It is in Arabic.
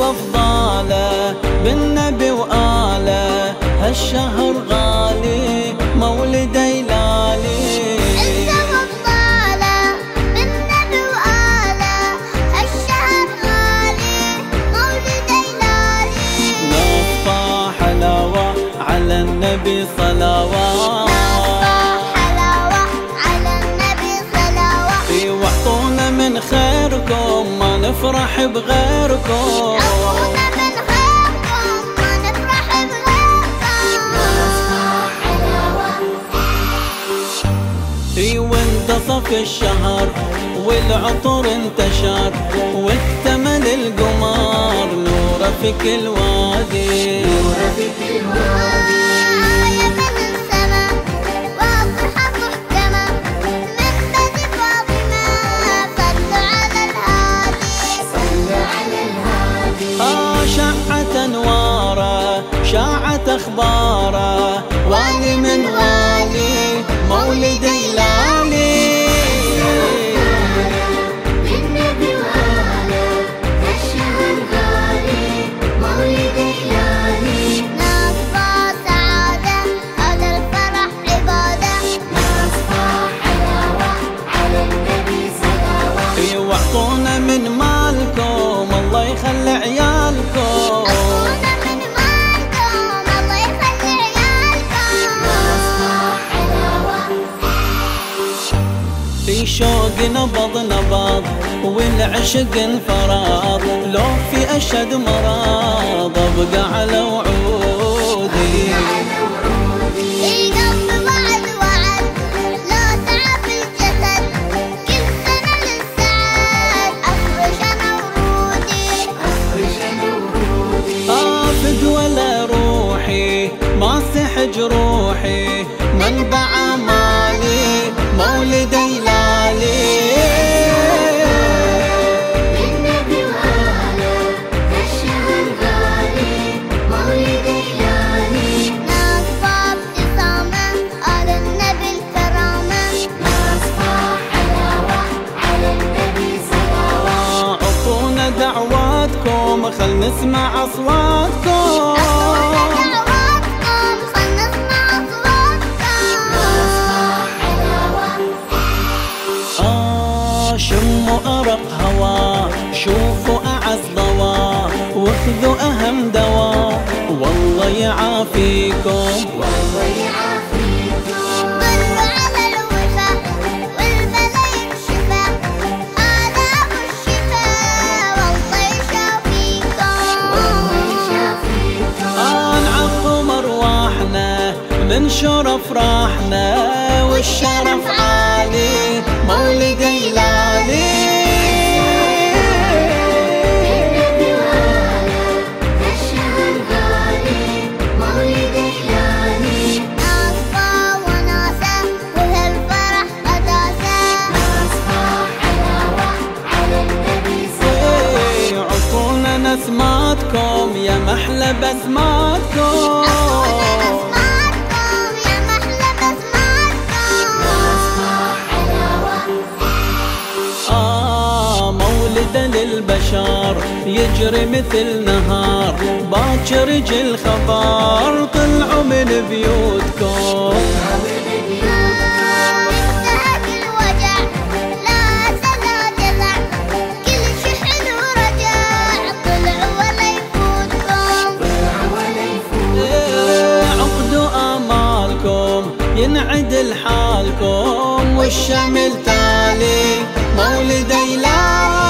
أفضاله بالنبي وآله، هالشهر غالي مولد هلالي. على النبي صلوات، حلاوة على النبي صلوات. واعطونا من خيركم ما نفرح بغيركم، عطونا من خيركم ما نفرح بغيركم. وانتصف الشهر والعطر انتشر، واكتمل القمر نوره في كل وادي. آية من السماء واضحة محكمة من بدء فاطمة، صلوا على الهادي. شعت أنواره شاعت أخباره، والي من والي مولد هلالي. واعطونا من مالكم الله يخلي عيالكم، عطونا من مالكم الله يخلي عيالكم. في شوق نبض نبض والعشق انفراد، لو في أشد مرض أبقى على وعودي. ما سحج روحي منبع مالي مولد هلالي. بالنبي وآله هالشهر غالي مولد هلالي. نصفى ابتسامة على النبي الكرامة، نصفى حلاوة على النبي صلوات. عطونا دعواتكم خل نسمع أصواتكم، شموا أرق هوا شوفوا أعز ضوا، واخذوا أهم دواء والله يعافيكم، والله يعافيكم. ضلوا على الوفا والبلا يكشفا، هذا أبو الشفا والله يشافيكم، والله يشافيكم. نعظم أرواحنا من شرف راحنا، والشرف عالي مولد هلالي. بالنبي وآله هالشهر غالي مولد هلالي. نصفى وناسة وهالفرح قداسة، نصفى حلاوة على النبي صلوات. عطونا نسماتكم يا محلى بسماتكم، للبشر يجري مثل نهار، باكر يجي الخبر طلعوا من بيوتكم. انتهت الوجع لا سلا جزع، كل شي حلو رجع، طلع ولا يفوتكم. عقدوا آمالكم ينعدل حالكم، والشمل تالي مولد هلالي.